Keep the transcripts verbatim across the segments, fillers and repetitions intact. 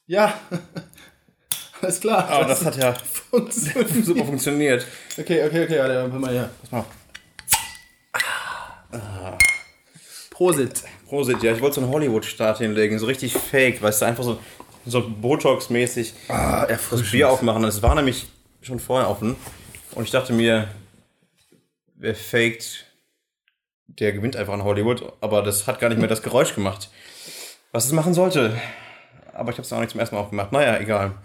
Ja, alles klar. Aber das, das hat ja funktioniert. super funktioniert. Okay, okay, okay, warte, mal her. Pass mal. Ah. Prosit. Prosit, ja, ich wollte so einen Hollywood-Start hinlegen, so richtig fake, weißt du, einfach so, so Botox-mäßig ah, das Bier aufmachen. Das war nämlich schon vorher offen und ich dachte mir, wer faked, der gewinnt einfach in Hollywood, aber das hat gar nicht mehr das Geräusch gemacht, was es machen sollte. Aber ich habe es auch nicht zum ersten Mal aufgemacht. Naja, egal.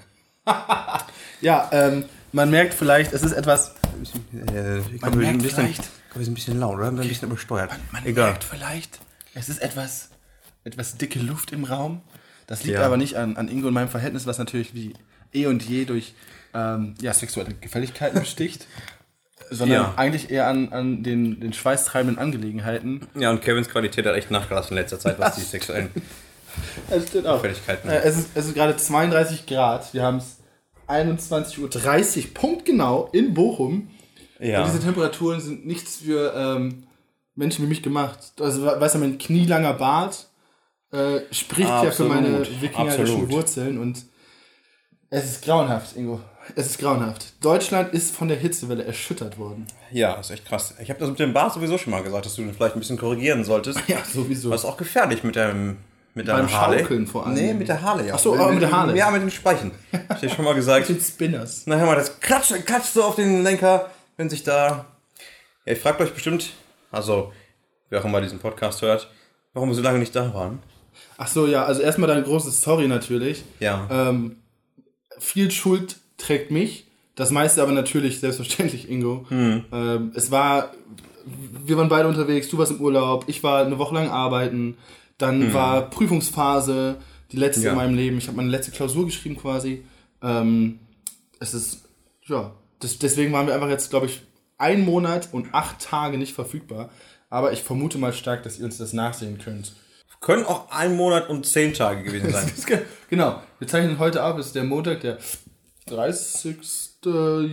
ja, ähm, man merkt vielleicht, es ist etwas... Äh, ich man glaube, merkt ein bisschen, vielleicht... Ich glaube, wir sind ein bisschen laut, oder? Ein bisschen übersteuert. Man, man egal. merkt vielleicht, es ist etwas, etwas dicke Luft im Raum. Das liegt ja. aber nicht an, an Ingo und meinem Verhältnis, was natürlich wie eh und je durch ähm, ja, sexuelle Gefälligkeiten besticht. sondern ja. eigentlich eher an, an den, den schweißtreibenden Angelegenheiten. Ja, und Kevins Qualität hat echt nachgelassen in letzter Zeit, was die sexuellen Auffälligkeiten äh, es ist, es ist gerade zweiunddreißig Grad. Wir haben es einundzwanzig Uhr dreißig, punktgenau in Bochum. Ja. Und diese Temperaturen sind nichts für ähm, Menschen wie mich gemacht. Also, weißt du, mein knielanger Bart äh, spricht Absolut. ja für meine wikingerischen Absolut. Wurzeln. Und es ist grauenhaft, Ingo. Es ist grauenhaft. Deutschland ist von der Hitzewelle erschüttert worden. Ja, das ist echt krass. Ich habe das mit dem Bart sowieso schon mal gesagt, dass du den vielleicht ein bisschen korrigieren solltest. Ja, sowieso. Das ist auch gefährlich mit deinem mit deinem Beim Harley. Schaukeln vor allem. Nee, mit der Harley. Ach so, aber mit der Harley. Ja, mit den Speichen. Ich hab dir schon mal gesagt. Mit den Spinners. Na hör mal, das klatscht, klatscht so auf den Lenker, wenn sich da... Ja, ich fragt euch bestimmt, also wer auch immer diesen Podcast hört, warum wir so lange nicht da waren. Ach so, ja, also erstmal dein großes Sorry natürlich. Ja. Ähm, viel Schuld trägt mich. Das meiste aber natürlich selbstverständlich Ingo. Hm. Ähm, es war, wir waren beide unterwegs, du warst im Urlaub, ich war eine Woche lang arbeiten, dann hm. war Prüfungsphase, die letzte ja. in meinem Leben. Ich habe meine letzte Klausur geschrieben quasi. Ähm, es ist, ja, das, deswegen waren wir einfach jetzt, glaube ich, einen Monat und acht Tage nicht verfügbar. Aber ich vermute mal stark, dass ihr uns das nachsehen könnt. Können auch ein Monat und zehn Tage gewesen sein. Genau, wir zeichnen heute ab, es ist der Montag, der dreißigsten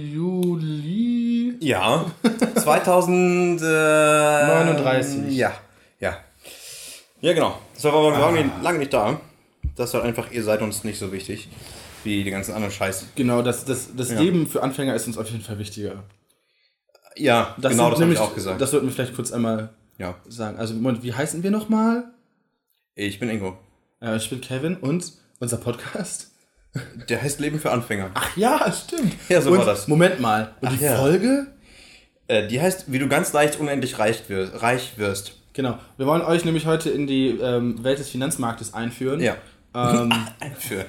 Juli. Ja, zweitausendneununddreißig. Ja, ja. Ja, genau. Das war aber ah. lange, lange nicht da. Das war einfach, ihr seid uns nicht so wichtig wie die ganzen anderen Scheiß. Genau, das, das, das ja. Leben für Anfänger ist uns auf jeden Fall wichtiger. Ja, das genau, das habe ich auch gesagt. Das sollten wir vielleicht kurz einmal ja. sagen. Also, wie heißen wir nochmal? Ich bin Ingo. Ja, ich bin Kevin und unser Podcast? Der heißt Leben für Anfänger. Ach ja, stimmt. Ja, so und, war das. Moment mal. Und Ach, die ja. Folge? Äh, die heißt, wie du ganz leicht unendlich reich wirst. Reich wirst. Genau. Wir wollen euch nämlich heute in die ähm, Welt des Finanzmarktes einführen. Ja. Ähm, einführen.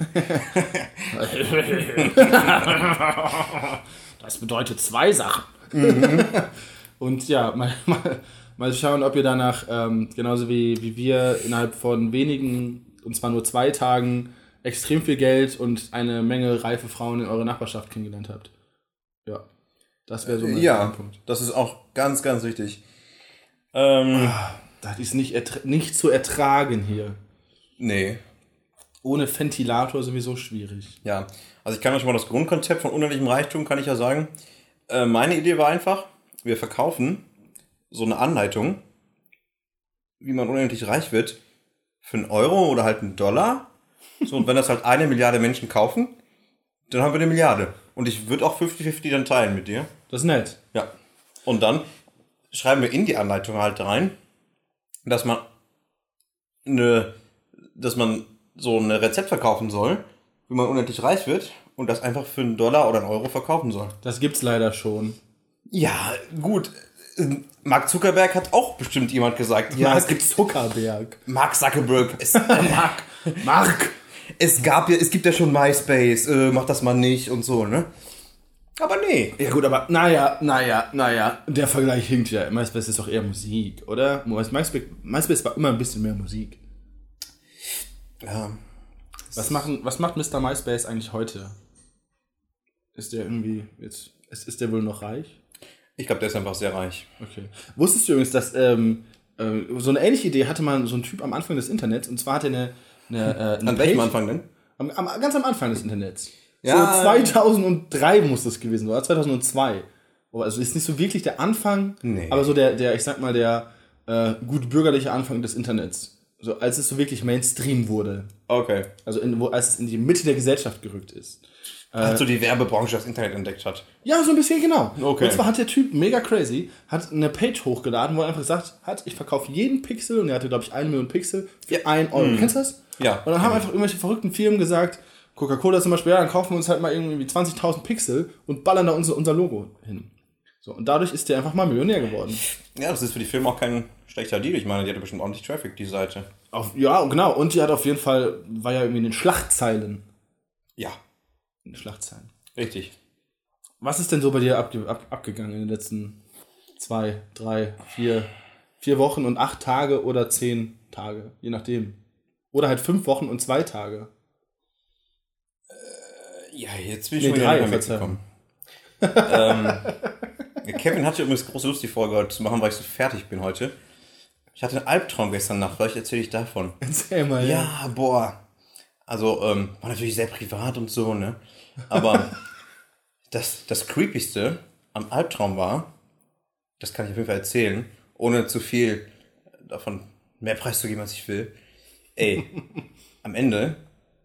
Das bedeutet zwei Sachen. Mhm. Und ja, mal, mal, mal schauen, ob ihr danach, ähm, genauso wie, wie wir, innerhalb von wenigen, und zwar nur zwei Tagen, extrem viel Geld und eine Menge reife Frauen in eurer Nachbarschaft kennengelernt habt. Ja, das wäre so mein ja, Punkt. Das ist auch ganz, ganz wichtig. Ähm, das ist nicht, ertra- nicht zu ertragen hier. Nee. Ohne Ventilator sowieso schwierig. Ja, also ich kann euch mal das Grundkonzept von unendlichem Reichtum, kann ich ja sagen. Äh, meine Idee war einfach, wir verkaufen so eine Anleitung, wie man unendlich reich wird, für einen Euro oder halt einen Dollar. So, und wenn das halt eine Milliarde Menschen kaufen, dann haben wir eine Milliarde. Und ich würde auch fünfzig fünfzig dann teilen mit dir. Das ist nett. Ja. Und dann schreiben wir in die Anleitung halt rein, dass man eine, dass man so ein Rezept verkaufen soll, wie man unendlich reich wird und das einfach für einen Dollar oder einen Euro verkaufen soll. Das gibt's leider schon. Ja, gut. Mark Zuckerberg hat auch bestimmt jemand gesagt. Ja, Mark es gibt Zuckerberg. Mark Zuckerberg. Es, Mark. Mark. Es gab ja, es gibt ja schon MySpace. Äh, mach das mal nicht und so, ne? Aber nee. Ja gut, aber naja, naja, naja. Der Vergleich hinkt ja. MySpace ist doch eher Musik, oder? MySpace, MySpace war immer ein bisschen mehr Musik. Ja. Was, machen, was macht Mister MySpace eigentlich heute? Ist der irgendwie jetzt... Ist, ist der wohl noch reich? Ich glaube, der ist einfach sehr reich. Okay. Wusstest du übrigens, dass ähm, äh, so eine ähnliche Idee hatte mal so ein Typ am Anfang des Internets, und zwar hat er eine... eine, äh, eine An welchem Anfang denn? Am, am, ganz am Anfang des Internets. Ja. So zweitausenddrei muss das gewesen sein, oder zweitausendzwei. Also ist nicht so wirklich der Anfang, nee. aber so der, der, ich sag mal, der äh, gut bürgerliche Anfang des Internets. So, als es so wirklich Mainstream wurde. Okay. Also in, wo, als es in die Mitte der Gesellschaft gerückt ist. Als so die Werbebranche das Internet entdeckt hat. Ja, so ein bisschen, genau. Okay. Und zwar hat der Typ, mega crazy, hat eine Page hochgeladen, wo er einfach gesagt hat, ich verkaufe jeden Pixel, und er hatte, glaube ich, eine Million Pixel für ein Euro. Mhm. Kennst du das? Ja. Und dann haben einfach irgendwelche verrückten Firmen gesagt, Coca-Cola zum Beispiel, ja, dann kaufen wir uns halt mal irgendwie zwanzigtausend Pixel und ballern da unser, unser Logo hin. So, und dadurch ist der einfach mal Millionär geworden. Ja, das ist für die Firma auch kein schlechter Deal. Ich meine, die hatte bestimmt ordentlich Traffic, die Seite. Auf, ja, genau. Und die hat auf jeden Fall, war ja irgendwie in den Schlachtzeilen. Ja. In den Schlachtzeilen. Richtig. Was ist denn so bei dir abge, ab, abgegangen in den letzten zwei, drei, vier, vier Wochen und acht Tage oder zehn Tage? Je nachdem. Oder halt fünf Wochen und zwei Tage. Äh, ja, jetzt bin ich nee, schon wieder mitgekommen. ähm, Kevin hatte übrigens große Lust, die Folge heute zu machen, weil ich so fertig bin heute. Ich hatte einen Albtraum gestern Nacht, vielleicht erzähle ich davon. Erzähl mal, ja. Ja, boah. Also, ähm, war natürlich sehr privat und so, ne? Aber das, das Creepigste am Albtraum war, das kann ich auf jeden Fall erzählen, ohne zu viel davon mehr preiszugeben, als ich will. Ey, am Ende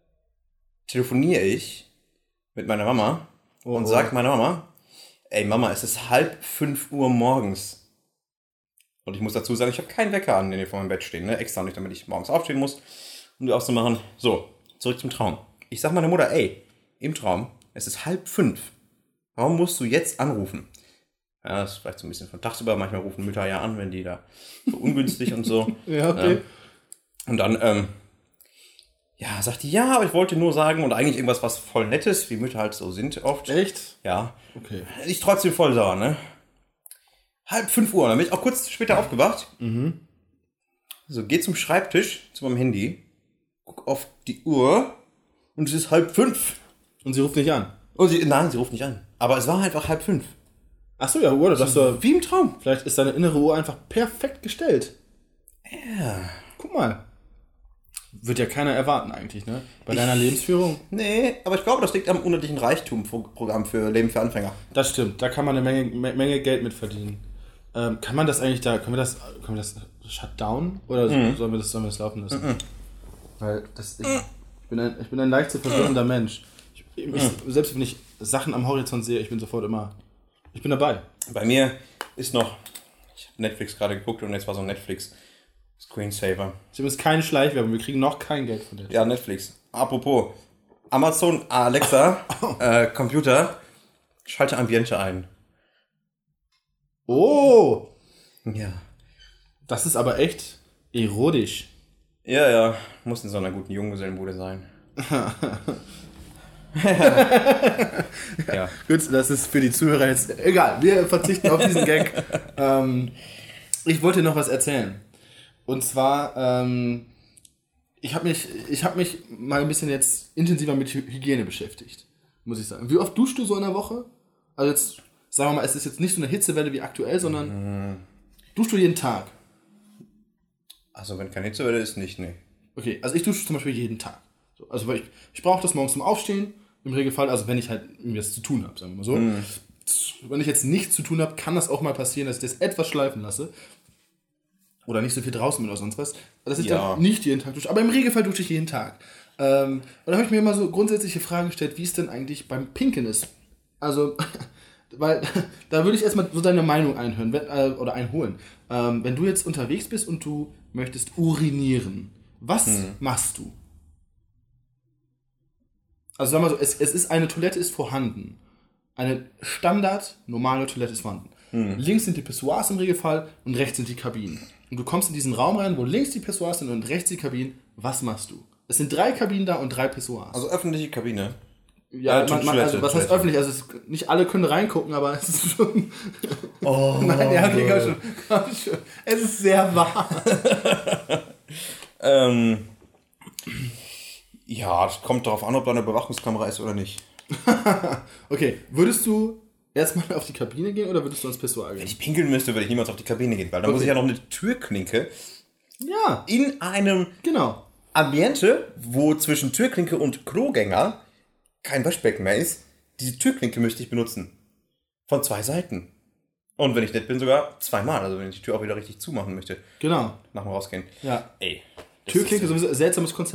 telefoniere ich mit meiner Mama oh, und oh. sage meiner Mama, ey Mama, es ist halb fünf Uhr morgens. Und ich muss dazu sagen, ich habe keinen Wecker an, den wir vor meinem Bett stehen, ne? Extra nicht, damit ich morgens aufstehen muss, um die auszumachen. So, zurück zum Traum. Ich sag meiner Mutter, ey, im Traum, es ist halb fünf. Warum musst du jetzt anrufen? Ja, das ist vielleicht so ein bisschen von tagsüber. Manchmal rufen Mütter ja an, wenn die da so ungünstig und so. Ja, okay. Ja. Und dann, ähm, ja, sagt die, ja, aber ich wollte nur sagen, und eigentlich irgendwas, was voll Nettes, wie Mütter halt so sind oft. Echt? Ja. Okay. Ich trotzdem voll sauer, ne? Halb fünf Uhr, dann bin ich auch kurz später aufgewacht. Mhm. So, geh zum Schreibtisch, zu meinem Handy, guck auf die Uhr und es ist halb fünf. Und sie ruft nicht an? Und sie, nein, sie ruft nicht an. Aber es war einfach halb fünf. Achso, ja, oder? Das so, wie im Traum. Vielleicht ist deine innere Uhr einfach perfekt gestellt. Ja. Guck mal. Wird ja keiner erwarten eigentlich, ne? Bei deiner ich, Lebensführung. Nee, aber ich glaube, das liegt am unendlichen Reichtum-Programm für Leben für Anfänger. Das stimmt, da kann man eine Menge, Menge Geld mit verdienen. Ähm, kann man das eigentlich da, können wir das, können wir das shutdown? Oder mhm. sollen wir das, sollen wir das laufen lassen? Mhm. Weil das, ich, ich, bin ein, ich bin ein leicht zu verwirrender mhm. Mensch. Ich, ich, mhm. Selbst wenn ich Sachen am Horizont sehe, ich bin sofort immer, ich bin dabei. Bei mir ist noch, ich habe Netflix gerade geguckt und jetzt war so ein Netflix Screensaver. Ich habe jetzt keine Schleichwerbung, wir kriegen noch kein Geld von der. Ja, Netflix. Apropos, Amazon, Alexa, äh, Computer, schalte Ambiente ein. Oh! Ja. Das ist aber echt erotisch. Ja, ja, muss in so einer guten Junggesellenbude sein. ja. Gut, das ist für die Zuhörer jetzt egal. Wir verzichten auf diesen Gag. ähm, ich wollte noch was erzählen. Und zwar, ähm, ich habe mich, ich hab mich mal ein bisschen jetzt intensiver mit Hygiene beschäftigt, muss ich sagen. Wie oft duschst du so in der Woche? Also jetzt, sagen wir mal, es ist jetzt nicht so eine Hitzewelle wie aktuell, sondern mhm. duschst du jeden Tag? Also wenn keine Hitzewelle ist, nicht, nee. Okay, also ich dusche zum Beispiel jeden Tag. So, also weil ich, ich brauche das morgens zum Aufstehen, im Regelfall, also wenn ich halt irgendwas zu tun habe, sagen wir mal so. Mhm. Wenn ich jetzt nichts zu tun habe, kann das auch mal passieren, dass ich das etwas schleifen lasse. Oder nicht so viel draußen bin oder sonst was. Dass ich ja. dann nicht jeden Tag dusche. Aber im Regelfall dusche ich jeden Tag. Ähm, und da habe ich mir immer so grundsätzliche Fragen gestellt, wie es denn eigentlich beim Pinkeln ist. Also, weil da würde ich erstmal so deine Meinung einhören wenn, äh, oder einholen. Ähm, wenn du jetzt unterwegs bist und du möchtest urinieren, was hm. machst du? Also sagen wir so, es, es ist eine Toilette ist vorhanden. Eine Standard, normale Toilette ist vorhanden. Hm. Links sind die Pissoirs im Regelfall und rechts sind die Kabinen. Und du kommst in diesen Raum rein, wo links die Pissoirs sind und rechts die Kabinen. Was machst du? Es sind drei Kabinen da und drei Pissoirs. Also öffentliche Kabine? Ja, äh, man, man, also was heißt öffentlich? Also es, nicht alle können reingucken, aber es ist schon... Oh. Nein, ja, okay, komm schon, komm schon. Es ist sehr warm. ähm, ja, es kommt darauf an, ob da eine Überwachungskamera ist oder nicht. Okay, würdest du erstmal auf die Kabine gehen oder würdest du ans Pissoir gehen? Wenn ich pinkeln müsste, würde ich niemals auf die Kabine gehen, weil da okay. muss ich ja noch eine Türklinke ja. in einem genau. Ambiente, wo zwischen Türklinke und Klogänger kein Waschbecken mehr ist. Diese Türklinke müsste ich benutzen. Von zwei Seiten. Und wenn ich nett bin, sogar zweimal. Also wenn ich die Tür auch wieder richtig zumachen möchte. Genau. Nach dem Rausgehen. Ja. Ey. Türklinke ist sowieso ein seltsames Konzept.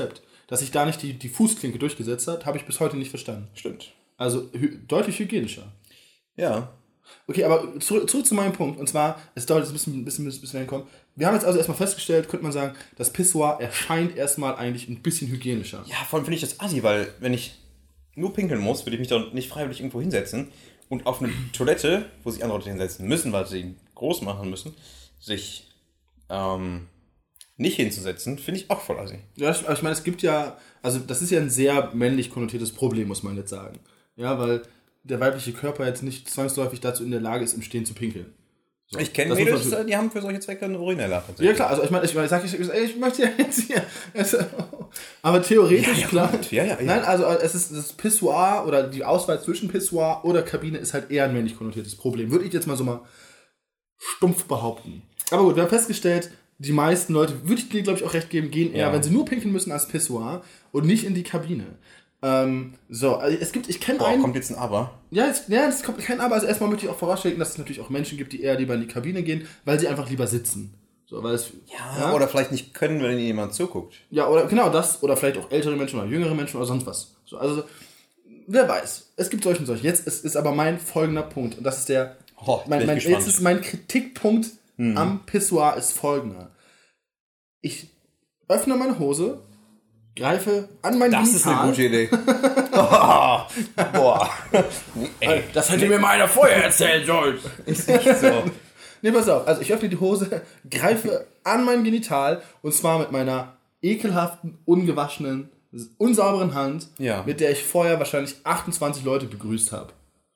dass sich da nicht die, die Fußklinke durchgesetzt hat, habe ich bis heute nicht verstanden. Stimmt. Also hy- deutlich hygienischer. Ja. Okay, aber zurück, zurück zu meinem Punkt. Und zwar, es dauert jetzt ein bisschen, ein bisschen, bis bis wir hinkommen. Wir haben jetzt also erstmal festgestellt, könnte man sagen, das Pissoir erscheint erstmal eigentlich ein bisschen hygienischer. Ja, vor allem finde ich das assi, weil wenn ich nur pinkeln muss, würde ich mich doch nicht freiwillig irgendwo hinsetzen und auf eine Toilette, wo sich andere Leute hinsetzen müssen, weil sie ihn groß machen müssen, sich ähm, nicht hinzusetzen, finde ich auch voll assi. Ja, ich, ich meine, es gibt ja, also das ist ja ein sehr männlich konnotiertes Problem, muss man jetzt sagen. Ja, weil der weibliche Körper jetzt nicht zwangsläufig dazu in der Lage ist, im Stehen zu pinkeln. So. Ich kenne Mädels, die haben für solche Zwecke eine Urinella. Ja klar, also ich meine, ich, mein, ich, sag, ich, ich möchte ja jetzt hier, also, aber theoretisch, ja, ja, klar. Ja, ja, ja. Nein, also es ist das Pissoir oder die Auswahl zwischen Pissoir oder Kabine ist halt eher ein männlich konnotiertes Problem. Würde ich jetzt mal so mal stumpf behaupten. Aber gut, wir haben festgestellt, die meisten Leute, würde ich dir glaube ich auch recht geben, gehen eher, Ja. wenn sie nur pinkeln müssen, als Pissoir und nicht in die Kabine. Ähm, so, also es gibt, ich kenne einen... kommt jetzt ein Aber. Ja, es, ja, es kommt kein Aber. Also erstmal möchte ich auch vorausschicken, dass es natürlich auch Menschen gibt, die eher lieber in die Kabine gehen, weil sie einfach lieber sitzen. So, weil es, Ja, ja, oder vielleicht nicht können, wenn ihnen jemand zuguckt. Ja, oder genau das, oder vielleicht auch ältere Menschen oder jüngere Menschen oder sonst was. So, also, wer weiß. Es gibt solche und solche. Jetzt ist, ist aber mein folgender Punkt, und das ist der... Oh, mein, mein, jetzt ist mein Kritikpunkt hm. am Pissoir ist folgender. Ich öffne meine Hose, greife an mein Das Genital. ist eine gute Idee. oh, boah. Ey, das hätte mir mal einer vorher erzählen sollen. Ist nicht so. Nee, pass auf. Also ich öffne die Hose, greife an mein Genital und zwar mit meiner ekelhaften, ungewaschenen, unsauberen Hand, ja. mit der ich vorher wahrscheinlich achtundzwanzig Leute begrüßt habe.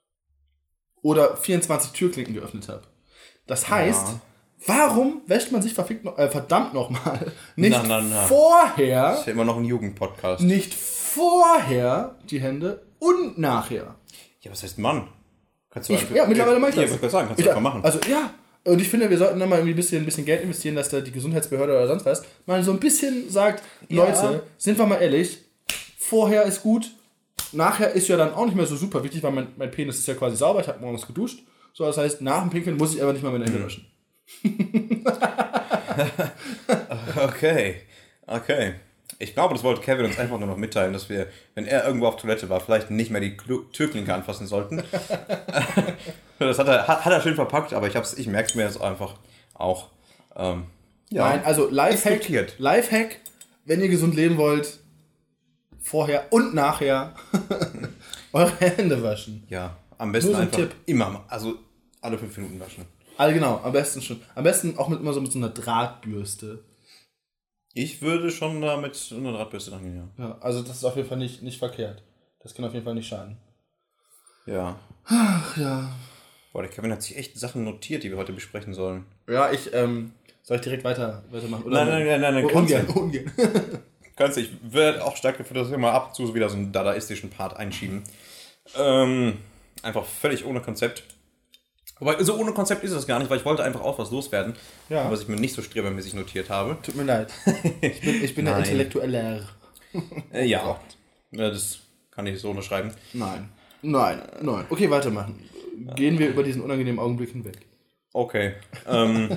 Oder vierundzwanzig Türklinken geöffnet habe. Das heißt... Ja. Warum wäscht man sich verfickt noch, äh, verdammt nochmal nicht na, na, na. vorher... Das ist ja immer noch ein Jugendpodcast. Nicht vorher die Hände und nachher. Ja, was heißt Mann? Kannst du ich, ja, mittlerweile mache ich das. Ja, ich sagen, kannst ich, du einfach machen. Also ja, und ich finde, wir sollten da mal irgendwie ein bisschen, ein bisschen Geld investieren, dass da die Gesundheitsbehörde oder sonst was mal so ein bisschen sagt, ja. Leute, sind wir mal ehrlich, vorher ist gut, nachher ist ja dann auch nicht mehr so super wichtig, weil mein, mein Penis ist ja quasi sauber, ich habe morgens geduscht. So, das heißt, nach dem Pinkeln muss ich aber nicht mal meine Hände waschen. okay, okay. Ich glaube, das wollte Kevin uns einfach nur noch mitteilen, dass wir, wenn er irgendwo auf Toilette war, vielleicht nicht mehr die Türklinke anfassen sollten. Das hat er, hat, hat er schön verpackt, aber ich, hab's, ich merke es mir jetzt einfach auch. Ähm, ja, Nein, also Lifehack, Lifehack, wenn ihr gesund leben wollt, vorher und nachher eure Hände waschen. Ja, am besten so ein einfach Tipp. immer, also alle fünf Minuten waschen. Also genau, am besten schon. Am besten auch mit immer so mit so einer Drahtbürste. Ich würde schon da mit einer Drahtbürste rangehen, ja. Ja, also das ist auf jeden Fall nicht, nicht verkehrt. Das kann auf jeden Fall nicht schaden. Ja. Ach ja. Boah, der Kevin hat sich echt Sachen notiert, die wir heute besprechen sollen. Ja, ich, ähm, soll ich direkt weiter, weitermachen? Oder nein, nein, nein, nein, nein, ungern, ungern. Kannst du, ich werde auch stark dafür, dass wir mal ab und zu so wieder so einen dadaistischen Part einschieben. Ähm, einfach völlig ohne Konzept. Wobei, so ohne Konzept ist es gar nicht, weil ich wollte einfach auch was loswerden, ja. was ich mir nicht so strebermäßig notiert habe. Tut mir leid. Ich bin, ich bin der Intellektueller. Äh, ja. ja, das kann ich so unterschreiben. Nein, nein, nein. Okay, weitermachen. Gehen wir über diesen unangenehmen Augenblick hinweg. Okay. Ähm,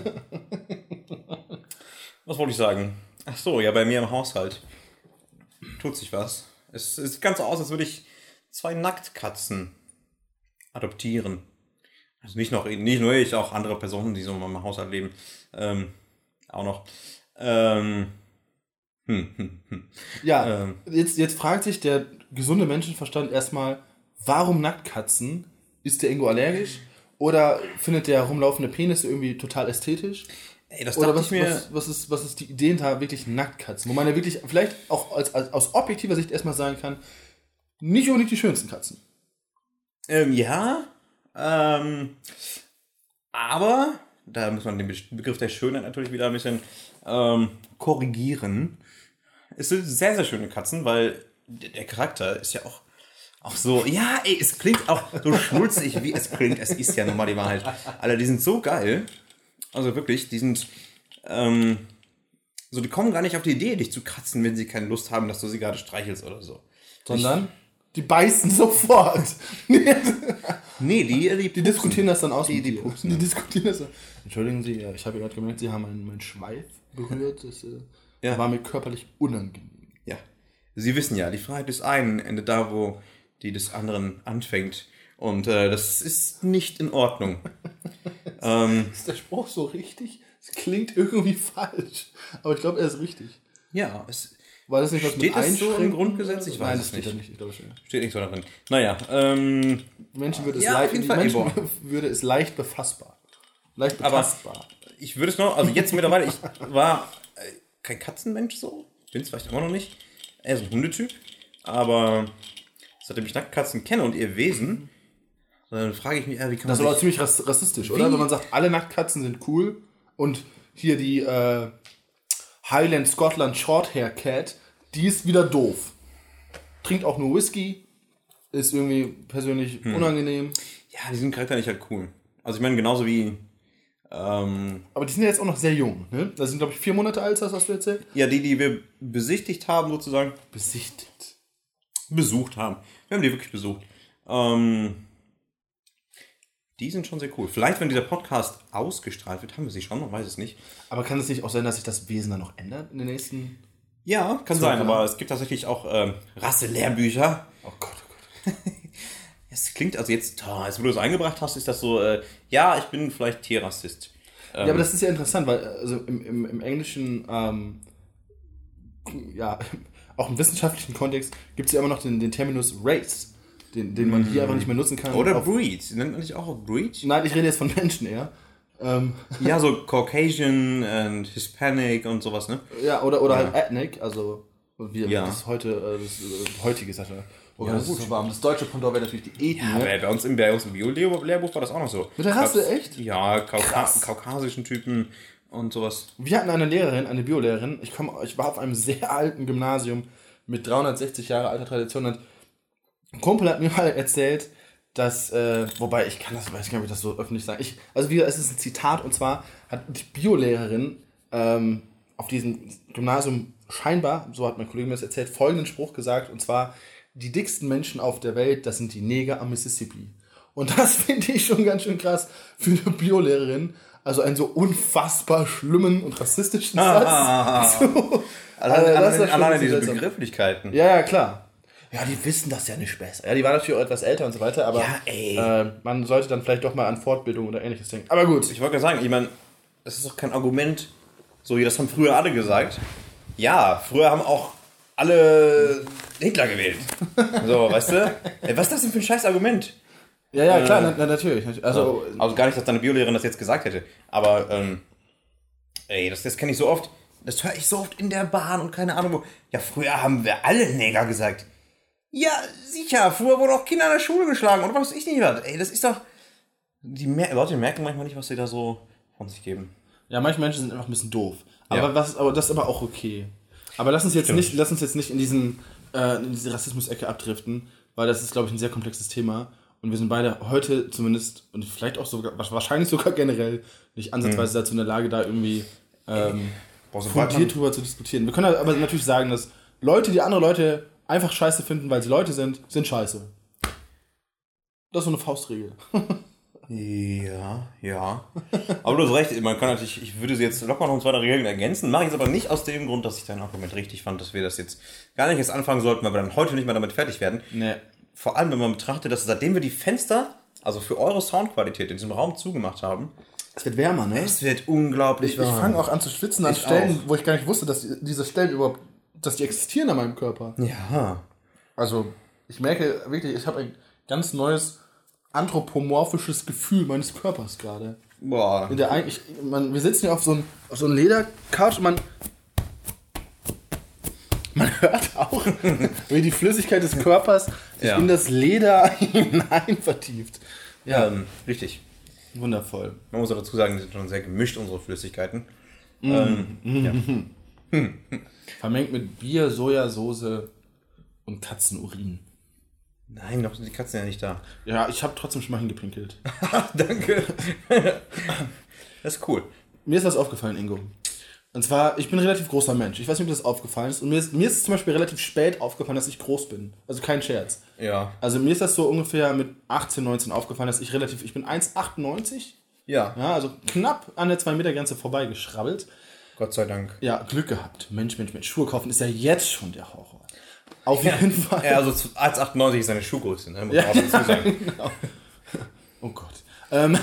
was wollte ich sagen? Ach so, ja, bei mir im Haushalt tut sich was. Es sieht ganz so aus, als würde ich zwei Nacktkatzen adoptieren. Also nicht, noch, nicht nur ich, auch andere Personen, die so in meinem Haushalt leben, ähm, auch noch. Ähm, hm, hm, hm. Ja, ähm, jetzt, jetzt fragt sich der gesunde Menschenverstand erstmal, warum Nacktkatzen? Ist der irgendwo allergisch? Oder findet der rumlaufende Penis irgendwie total ästhetisch? Ey, das Oder dachte was, ich mir... was, was, ist, was ist die Idee hinter wirklich Nacktkatzen? Wo man ja wirklich vielleicht auch als, als, aus objektiver Sicht erstmal sagen kann, nicht unbedingt die schönsten Katzen. Ähm, ja, ähm, aber, da muss man den Begriff der Schönheit natürlich wieder ein bisschen ähm, korrigieren. Es sind sehr, sehr schöne Katzen, weil der Charakter ist ja auch, auch so, ja, ey, es klingt auch so schmutzig, wie es klingt. Es ist ja nun mal die Wahrheit. Alter, die sind so geil. Also wirklich, die sind, ähm, so, die kommen gar nicht auf die Idee, dich zu kratzen, wenn sie keine Lust haben, dass du sie gerade streichelst oder so. Sondern? Die beißen sofort. Nee, die, die, die diskutieren das dann aus. Die, die, pupsen, die diskutieren das. Entschuldigen Sie, ich habe ja gerade gemerkt, Sie haben meinen, meinen Schweif berührt. Das äh, ja. war mir körperlich unangenehm. Ja. Sie wissen ja, die Freiheit des einen endet da, wo die des anderen anfängt. Und äh, das ist nicht in Ordnung. ähm, ist der Spruch so richtig? Es klingt irgendwie falsch. Aber ich glaube, er ist richtig. Ja, es war das nicht was steht mit das so im Grundgesetz? Ich weiß Nein, es das nicht. Steht nicht. Ich glaube schon. Steht nicht so darin. Naja, ähm... Menschen würde es, ja, leicht, auf jeden die Fall, Menschen Eborn. würde es leicht befassbar. Leicht betastbar. Aber ich würde es noch, also jetzt mittlerweile, ich war äh, kein Katzenmensch so, bin es vielleicht immer noch nicht, eher so ein Hundetyp, aber seitdem ich Nacktkatzen kenne und ihr Wesen, dann frage ich mich, ja, wie kann man das ist aber ziemlich rassistisch, oder? Wenn man sagt, alle Nacktkatzen sind cool und hier die äh, Highland Scotland Shorthair Cat, die ist wieder doof. Trinkt auch nur Whisky, ist irgendwie persönlich hm. unangenehm. Ja, die sind charakterlich halt cool. Also ich meine, genauso wie... Ähm, aber die sind ja jetzt auch noch sehr jung, ne? Das sind, glaube ich, vier Monate alt, das hast du erzählt? Ja, die, die wir besichtigt haben, sozusagen. Besichtigt? Besucht haben. Wir haben die wirklich besucht. Ähm, die sind schon sehr cool. Vielleicht, wenn dieser Podcast ausgestrahlt wird, haben wir sie schon, man weiß es nicht. Aber kann es nicht auch sein, dass sich das Wesen dann noch ändert in den nächsten... Ja, kann sein, aber es gibt tatsächlich auch ähm, Rasse-Lehrbücher. Oh Gott, oh Gott. Es klingt, also jetzt, als du das eingebracht hast, ist das so, äh, ja, ich bin vielleicht Tierrassist. Ähm, ja, aber das ist ja interessant, weil also im, im, im Englischen, ähm, ja, auch im wissenschaftlichen Kontext gibt es ja immer noch den, den Terminus Race, den, den man hier einfach nicht mehr nutzen kann. Oder Breed, nennt man nicht auch Breed? Nein, ich rede jetzt von Menschen eher. Ähm, ja, so Caucasian und Hispanic und sowas, ne? Ja, oder, oder ja. halt Ethnic, also wie ja. das heute, das, das heutige Sache. Oh, ja, das ist so warm. Das deutsche Pendant wäre natürlich die Ethnie. Ja, bei uns im, bei uns im Bio-Lehrbuch war das auch noch so. Mit der Rasse, echt? Ja, Kauka kaukasischen Typen und sowas. Wir hatten eine Lehrerin, eine Biolehrerin. Ich, komm, ich war auf einem sehr alten Gymnasium mit dreihundertsechzig Jahre alter Tradition. Und ein Kumpel hat mir mal erzählt, dass, äh, wobei ich kann das, weiß gar nicht, ob ich das so öffentlich sagen. Ich, also wieder, es ist ein Zitat, und zwar hat die Biolehrerin ähm, auf diesem Gymnasium scheinbar, so hat mein Kollege mir das erzählt, folgenden Spruch gesagt, und zwar: Die dicksten Menschen auf der Welt, das sind die Neger am Mississippi. Und das finde ich schon ganz schön krass für eine Biolehrerin. Also einen so unfassbar schlimmen und rassistischen ah, Satz. Ah, ah, so. Alleine, also, alleine, alleine diese seltsam. Begrifflichkeiten. Ja, ja, klar. Ja, die wissen das ja nicht besser. Ja, die war natürlich auch etwas älter und so weiter, aber ja, ey. Äh, man sollte dann vielleicht doch mal an Fortbildung oder ähnliches denken. Aber gut. Ich wollte gerade sagen, ich meine, das ist doch kein Argument, so wie das haben früher alle gesagt. Ja, früher haben auch alle Hitler gewählt. So, weißt du? Was ist das denn für ein scheiß Argument? Ja, ja, klar, äh, na, natürlich. Also, also gar nicht, dass deine Biolehrerin das jetzt gesagt hätte. Aber, ähm, ey, das, das kenne ich so oft. Das höre ich so oft in der Bahn und keine Ahnung wo. Ja, früher haben wir alle Neger gesagt. Ja, sicher. Früher wurden auch Kinder in der Schule geschlagen. Oder was weiß ich nicht was. Ey, das ist doch... Die Mer- Leute merken manchmal nicht, was sie da so von sich geben. Ja, manche Menschen sind einfach ein bisschen doof. Aber, ja. was, aber das ist aber auch okay. Aber lass uns jetzt Stimmt. nicht, lass uns jetzt nicht in, diesen, äh, in diese Rassismus-Ecke abdriften, weil das ist, glaube ich, ein sehr komplexes Thema. Und wir sind beide heute zumindest, und vielleicht auch sogar, wahrscheinlich sogar generell, nicht ansatzweise mhm. dazu in der Lage, da irgendwie ähm, fundiert drüber zu diskutieren. Wir können aber natürlich sagen, dass Leute, die andere Leute einfach scheiße finden, weil sie Leute sind, sind scheiße. Das ist so eine Faustregel. Ja, ja. Aber du hast recht, man kann natürlich, ich würde sie jetzt locker noch zwei, drei Regeln ergänzen, mache ich es aber nicht aus dem Grund, dass ich dein Argument richtig fand, dass wir das jetzt gar nicht erst anfangen sollten, weil wir dann heute nicht mehr damit fertig werden. Nee. Vor allem, wenn man betrachtet, dass seitdem wir die Fenster, also für eure Soundqualität in diesem Raum zugemacht haben, es wird wärmer, ne? Es wird unglaublich warm. Ich, ich fange auch an zu schwitzen an ich Stellen, auch. wo ich gar nicht wusste, dass diese Stellen überhaupt, dass die existieren an meinem Körper. Ja. Also, ich merke wirklich, ich habe ein ganz neues anthropomorphisches Gefühl meines Körpers gerade. Boah. In der ein, ich, man, wir sitzen ja auf so einem auf so Ledercouch und man man hört auch, wie die Flüssigkeit des Körpers sich ja. in das Leder hinein vertieft. Ja, ähm, richtig. Wundervoll. Man muss auch dazu sagen, die sind schon sehr gemischt, unsere Flüssigkeiten. Mm. Ähm, mm. Ja. Hm. Vermengt mit Bier, Sojasauce und Katzenurin. Nein, noch sind die Katzen ja nicht da. Ja, ich habe trotzdem schon mal hingepinkelt. Danke. Das ist cool. Mir ist was aufgefallen, Ingo. Und zwar, ich bin ein relativ großer Mensch. Ich weiß nicht, ob das aufgefallen ist. Und mir ist, mir ist es zum Beispiel relativ spät aufgefallen, dass ich groß bin. Also kein Scherz. Ja. Also mir ist das so ungefähr mit achtzehn, neunzehn aufgefallen, dass ich relativ... Ich bin eins Komma achtundneunzig. Ja. Ja, also knapp an der zwei Meter Grenze vorbeigeschrabbelt. Gott sei Dank. Ja, Glück gehabt. Mensch, Mensch, Mensch. Schuhe kaufen ist ja jetzt schon der Horror. Auf ja. jeden Fall. Ja, also eins Komma achtundneunzig ist seine Schuhgröße, ne? Muss ja, man auch dazu sagen. Genau. Oh Gott. Ähm,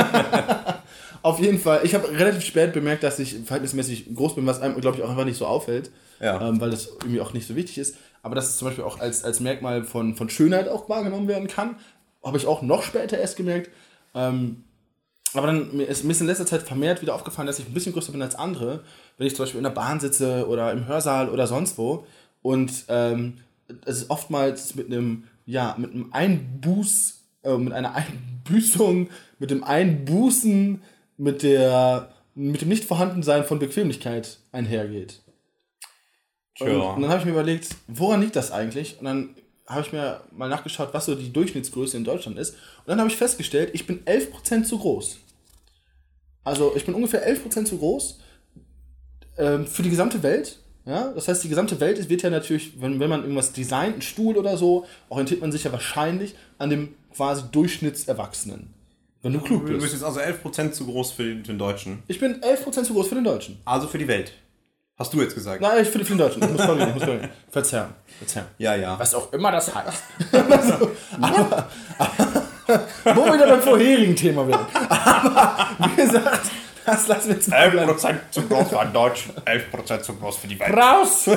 auf jeden Fall. Ich habe relativ spät bemerkt, dass ich verhältnismäßig groß bin, was einem, glaube ich, auch einfach nicht so auffällt. Ja. Ähm, weil das irgendwie auch nicht so wichtig ist. Aber dass es zum Beispiel auch als, als Merkmal von, von Schönheit auch wahrgenommen werden kann, habe ich auch noch später erst gemerkt. Ähm, aber dann mir ist mir ist in letzter Zeit vermehrt wieder aufgefallen, dass ich ein bisschen größer bin als andere, wenn ich zum Beispiel in der Bahn sitze oder im Hörsaal oder sonst wo. Und ähm, es ist oftmals mit einem, ja, mit einem Einbuß, äh, mit einer Einbüßung, mit dem Einbußen, mit der, mit dem Nichtvorhandensein von Bequemlichkeit einhergeht. Und, und dann habe ich mir überlegt, woran liegt das eigentlich? Und dann habe ich mir mal nachgeschaut, was so die Durchschnittsgröße in Deutschland ist. Und dann habe ich festgestellt, ich bin elf Prozent zu groß. Also ich bin ungefähr elf Prozent zu groß ähm, für die gesamte Welt. Ja? Das heißt, die gesamte Welt wird ja natürlich, wenn, wenn man irgendwas designt, einen Stuhl oder so, orientiert man sich ja wahrscheinlich an dem quasi Durchschnittserwachsenen. Wenn du klug bist. Du bist jetzt also elf Prozent zu groß für den, für den Deutschen. Ich bin elf Prozent zu groß für den Deutschen. Also für die Welt. Hast du jetzt gesagt? Nein, ich für den Deutschen. Ich muss korrigieren, ich muss korrigieren. Verzerren. Verzerren. Ja, ja. Was auch immer das heißt. also, aber, aber, wo wir wieder beim vorherigen Thema werden. Aber, wie gesagt, das lassen wir jetzt mal elf Prozent zu groß für einen Deutschen, elf Prozent zu groß für die Welt. Raus!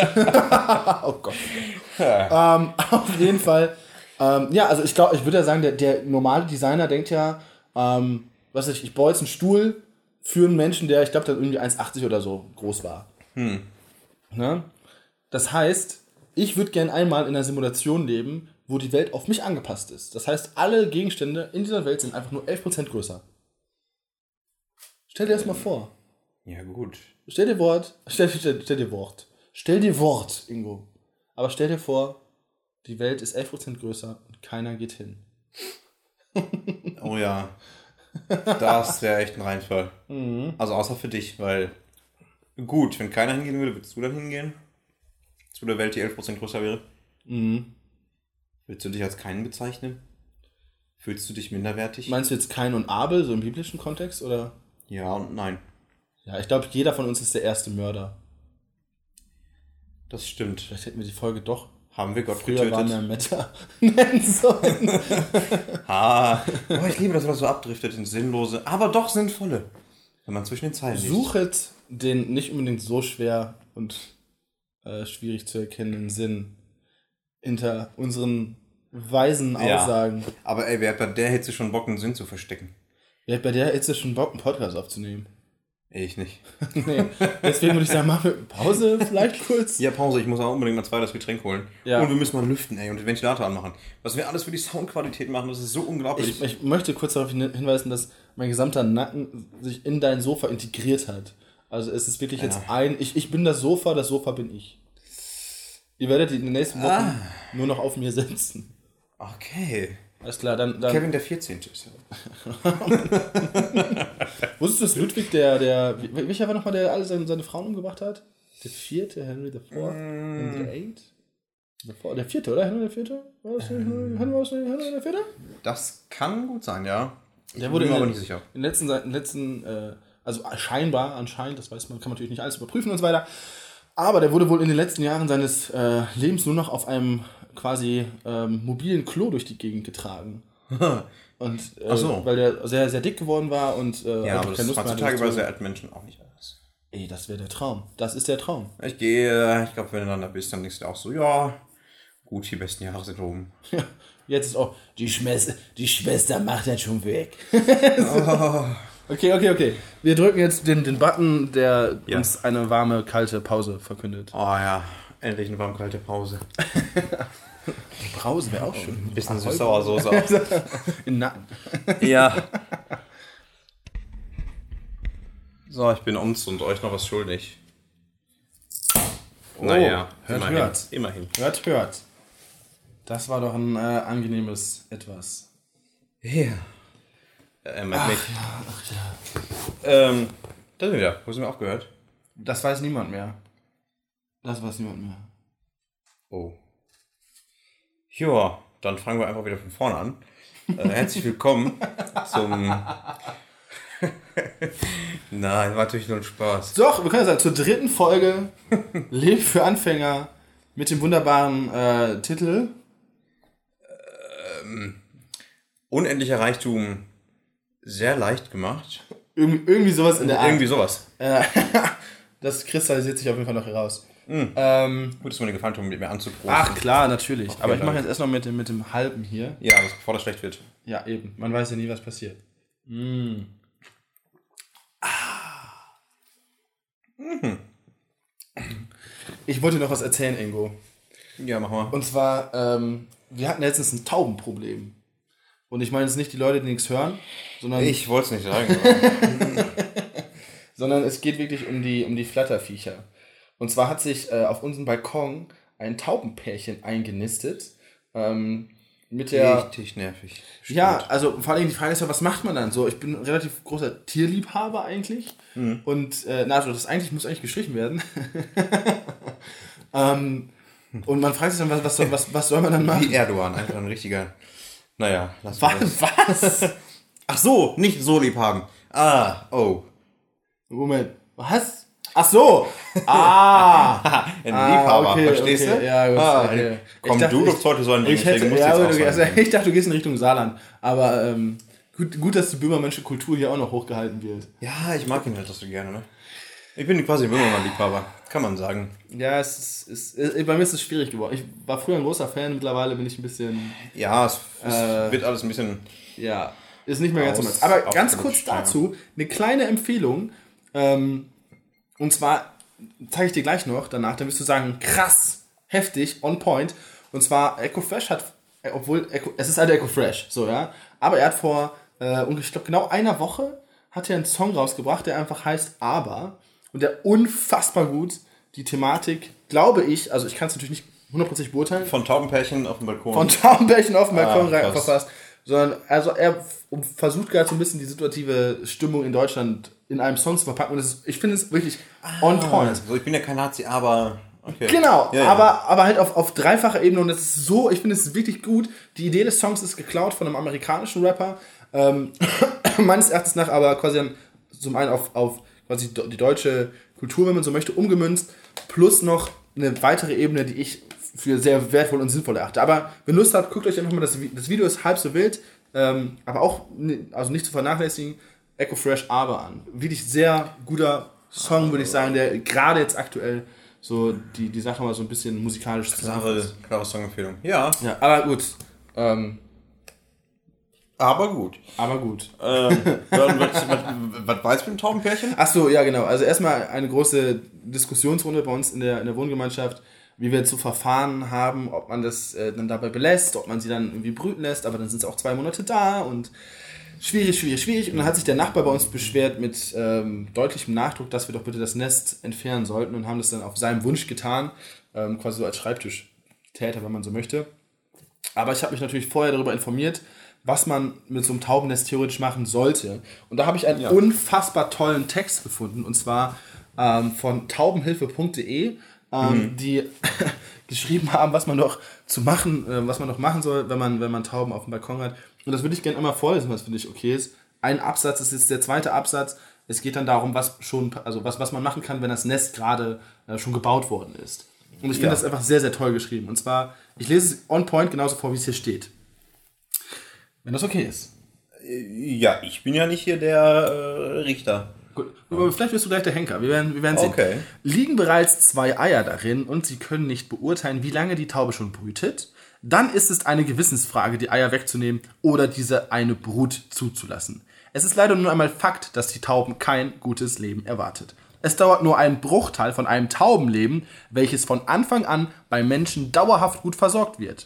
Oh Gott. Ja. Ähm, auf jeden Fall. Ähm, ja, also ich glaube, ich würde ja sagen, der, der normale Designer denkt ja, ähm, was weiß ich, ich baue jetzt einen Stuhl für einen Menschen, der, ich glaube, der irgendwie eins Komma achtzig oder so groß war. Hm. Ne? Das heißt, ich würde gerne einmal in einer Simulation leben, wo die Welt auf mich angepasst ist. Das heißt, alle Gegenstände in dieser Welt sind einfach nur elf Prozent größer. Stell dir das mal vor. Ja, gut. Stell dir Wort, stell, stell, stell dir Wort. Stell dir Wort, Ingo. Aber stell dir vor, die Welt ist elf Prozent größer und keiner geht hin. Oh ja. Das wäre echt ein Reinfall. Mhm. Also außer für dich, weil gut, wenn keiner hingehen würde, würdest du dann hingehen? Zu der Welt, die elf Prozent größer wäre? Mhm. Willst du dich als keinen bezeichnen? Fühlst du dich minderwertig? Meinst du jetzt Kain und Abel, so im biblischen Kontext, oder? Ja und nein. Ja, ich glaube, jeder von uns ist der erste Mörder. Das stimmt. Vielleicht hätten wir die Folge doch. Haben wir Gott Früher getötet? waren wir Meta nennen sollen. Ha. Oh, ich liebe, dass man das so abdriftet in sinnlose, aber doch sinnvolle. Wenn man zwischen den Zeilen liest. Suchet den nicht unbedingt so schwer und äh, schwierig zu erkennenden Sinn hinter unseren weisen Aussagen. Ja. Aber ey, wer hat bei der Hitze schon Bock, einen Sinn zu verstecken? Wer hat bei der Hitze schon Bock, einen Podcast aufzunehmen? Ich nicht. Nee, deswegen würde ich sagen, machen wir Pause vielleicht kurz. Ja, Pause, ich muss auch unbedingt mal zweites Getränk holen. Ja. Und wir müssen mal lüften, ey, und den Ventilator anmachen. Was wir alles für die Soundqualität machen, das ist so unglaublich. Ich, ich möchte kurz darauf hinweisen, dass mein gesamter Nacken sich in dein Sofa integriert hat. Also es ist wirklich ja. jetzt ein, ich, ich bin das Sofa, das Sofa bin ich. Ihr werdet in den nächsten Wochen ah. nur noch auf mir sitzen. Okay. Alles klar, dann... dann Kevin der vierzehnte ist Wusstest du, dass Ludwig, der, der, welcher war nochmal, der alle seine, seine Frauen umgebracht hat? Der vierte, Henry the Fourth, mm. Henry the Eighth? Der, der vierte, oder? Henry der vierte? War das nicht Henry, Henry der vierte? Das kann gut sein, ja. Ich der wurde bin mir aber nicht sicher. In den letzten, in den letzten äh, also scheinbar, anscheinend, das weiß man, kann man natürlich nicht alles überprüfen und so weiter, aber der wurde wohl in den letzten Jahren seines äh, Lebens nur noch auf einem quasi ähm, mobilen Klo durch die Gegend getragen. Und äh, so. Weil der sehr, sehr dick geworden war und äh, ja, aber das ist heutzutage bei sehr alten Menschen auch nicht alles. Ey, das wäre der Traum. Das ist der Traum. Ich gehe, ich glaube, wenn du dann da bist, dann denkst du auch so, ja, gut, die besten Jahre sind oben. Ja, jetzt ist auch, die Schwester, die Schwester macht das schon weg. Oh. Okay, okay, okay. Wir drücken jetzt den, den Button, der ja. uns eine warme, kalte Pause verkündet. Oh ja, endlich eine warme, kalte Pause. Brause wäre auch schön. Ein bisschen Süß-Sauersoße auch. In Nacken. Ja. So, ich bin uns und euch noch was schuldig. Oh, naja, hört, immerhin. hört. Immerhin. Hört, hört. Das war doch ein äh, angenehmes Etwas. Ja. Yeah. Äh, ach, ja, ach ja. Ähm, da sind wir wieder. Wo sind wir auch gehört? Das weiß niemand mehr. Das weiß niemand mehr. Oh. Ja, dann fangen wir einfach wieder von vorne an. Äh, herzlich willkommen zum... Nein, war natürlich nur ein Spaß. Doch, wir können sagen, zur dritten Folge Leben für Anfänger mit dem wunderbaren äh, Titel ähm, Unendlicher Reichtum sehr leicht gemacht. Irgendwie, irgendwie sowas in der Art. Irgendwie sowas. Äh, das kristallisiert sich auf jeden Fall noch heraus. Mm. Ähm, Gut, dass mir eine Gefallen tun, mit mir anzuproben. Ach klar, natürlich. Okay, aber ich mache danke. jetzt erst noch mit dem, mit dem halben hier. Ja, das, bevor das schlecht wird. Ja, eben. Man weiß ja nie, was passiert. Mm. Ah. Mhm. Ich wollte noch was erzählen, Ingo. Ja, mach mal. Und zwar, ähm, wir hatten letztens ein Taubenproblem. Und ich meine jetzt nicht die Leute, die nichts hören, sondern... Ich wollte es nicht sagen. sondern es geht wirklich um die, um die Flatterviecher. Und zwar hat sich äh, auf unserem Balkon ein Taubenpärchen eingenistet. Ähm, mit der... Richtig nervig. Stimmt. Ja, also vor allem die Frage ist ja, was macht man dann so? Ich bin ein relativ großer Tierliebhaber eigentlich. Mhm. Und, äh, na, also das eigentlich muss eigentlich gestrichen werden. ähm, und man fragt sich dann, was, was, soll, was, was soll man dann machen? Wie Erdogan, einfach ein richtiger... Naja, lass mal das. Was? Ach so, nicht so lieb haben. Ah, oh. Moment, was? Ach so. Ah. Ein Liebhaber, ah, okay, verstehst okay. du? Ja, gut, ah, okay. Komm, dachte, du durfst heute so ein Ding, ich, hätte, musst ja, jetzt okay, auch also, sagen. ich dachte, du gehst in Richtung Saarland. Aber ähm, gut, gut, dass die Böhmermannsche Kultur hier auch noch hochgehalten wird. Ja, ich mag ihn halt das so gerne, ne? Ich bin quasi ein Böhmermann-Liebhaber, kann man sagen. Ja, es ist, es ist, bei mir ist es schwierig geworden. Ich war früher ein großer Fan, mittlerweile bin ich ein bisschen... Ja, es, es äh, wird alles ein bisschen... Ja, ist nicht mehr ganz so meins. Aber ganz kurz dazu, eine kleine Empfehlung. Ähm, und zwar zeige ich dir gleich noch danach, dann wirst du sagen, krass, heftig, on point. Und zwar Ecofresh hat, obwohl, Eco, es ist halt Ecofresh, so, ja. Aber er hat vor, äh, ich glaube, genau einer Woche hat er einen Song rausgebracht, der einfach heißt Aber. Und der unfassbar gut die Thematik, glaube ich, also ich kann es natürlich nicht hundertprozentig beurteilen. Von Taubenpärchen auf dem Balkon. Von Taubenpärchen auf dem Balkon ah, verfasst. Sondern, also er versucht gerade so ein bisschen die situative Stimmung in Deutschland in einem Song zu verpacken. Und das ist, ich finde es wirklich ah, on point. Also ich bin ja kein Nazi, aber... Okay. Genau, ja, ja. Aber, aber halt auf, auf dreifacher Ebene. Und das ist so, ich finde es wirklich gut. Die Idee des Songs ist geklaut von einem amerikanischen Rapper. Ähm, meines Erachtens nach aber quasi dann zum einen auf, auf quasi die deutsche Kultur, wenn man so möchte, umgemünzt. Plus noch eine weitere Ebene, die ich für sehr wertvoll und sinnvoll erachte. Aber wenn Lust habt, guckt euch einfach mal das Video. Das Video ist halb so wild, ähm, aber auch also nicht zu vernachlässigen. Ecofresh Aber an. Wirklich sehr guter Song, würde ich sagen, der gerade jetzt aktuell so die, die Sache mal so ein bisschen musikalisch zusammenfasst. Klare, klare Songempfehlung. Ja. Ja, aber gut. Ähm, aber gut. Aber gut. Ähm, was, was, was war jetzt mit dem Taubenpärchen? Ach so, ja genau. Also erstmal eine große Diskussionsrunde bei uns in der, in der Wohngemeinschaft, wie wir zu verfahren haben, ob man das äh, dann dabei belässt, ob man sie dann irgendwie brüten lässt, aber dann sind sie auch zwei Monate da und schwierig, schwierig, schwierig. Und dann hat sich der Nachbar bei uns beschwert mit ähm, deutlichem Nachdruck, dass wir doch bitte das Nest entfernen sollten und haben das dann auf seinem Wunsch getan, ähm, quasi so als Schreibtischtäter, wenn man so möchte. Aber ich habe mich natürlich vorher darüber informiert, was man mit so einem Taubennest theoretisch machen sollte. Und da habe ich einen ja. unfassbar tollen Text gefunden, und zwar ähm, von taubenhilfe punkt de, ähm, mhm. die geschrieben haben, was man doch zu machen, äh, was man doch machen soll, wenn man, wenn man Tauben auf dem Balkon hat. Und das würde ich gerne einmal vorlesen, was finde ich okay ist. Ein Absatz ist jetzt der zweite Absatz. Es geht dann darum, was schon, also was, was man machen kann, wenn das Nest gerade äh, schon gebaut worden ist. Und ich finde ja. das einfach sehr, sehr toll geschrieben. Und zwar, ich lese es on point genauso vor, wie es hier steht. Wenn das okay ist. Ja, ich bin ja nicht hier der äh, Richter. Gut, aber vielleicht bist du gleich der Henker. Wir werden, wir werden sehen. Okay. Liegen bereits zwei Eier darin und Sie können nicht beurteilen, wie lange die Taube schon brütet, dann ist es eine Gewissensfrage, die Eier wegzunehmen oder diese eine Brut zuzulassen. Es ist leider nur einmal Fakt, dass die Tauben kein gutes Leben erwartet. Es dauert nur einen Bruchteil von einem Taubenleben, welches von Anfang an bei Menschen dauerhaft gut versorgt wird.